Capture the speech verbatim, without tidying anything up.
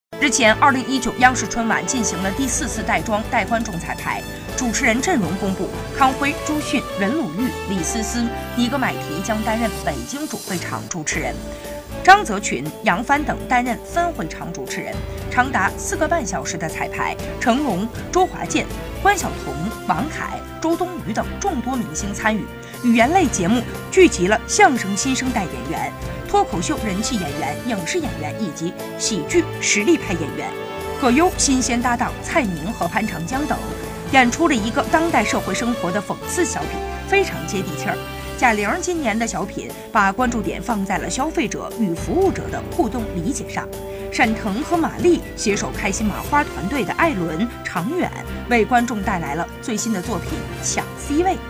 日前，二零一九央视春晚进行了第四次带妆带观众彩排，主持人阵容公布：康辉、朱迅、任鲁豫、李思思、尼格买提将担任北京主会场主持人，张泽群、杨帆等担任分会场主持人。长达四个半小时的彩排，成龙、周华健、关晓彤、王凯、周冬雨等众多明星参与。语言类节目聚集了相声新生代演员、脱口秀人气演员、影视演员以及喜剧实力派演员。葛优新鲜搭档蔡明和潘长江等，演出了一个当代社会生活的讽刺小品，非常接地气儿。贾玲今年的小品把关注点放在了消费者与服务者的互动理解上。沈腾和马丽携手开心麻花团队的艾伦、常远，为观众带来了最新的作品《抢 C 位》。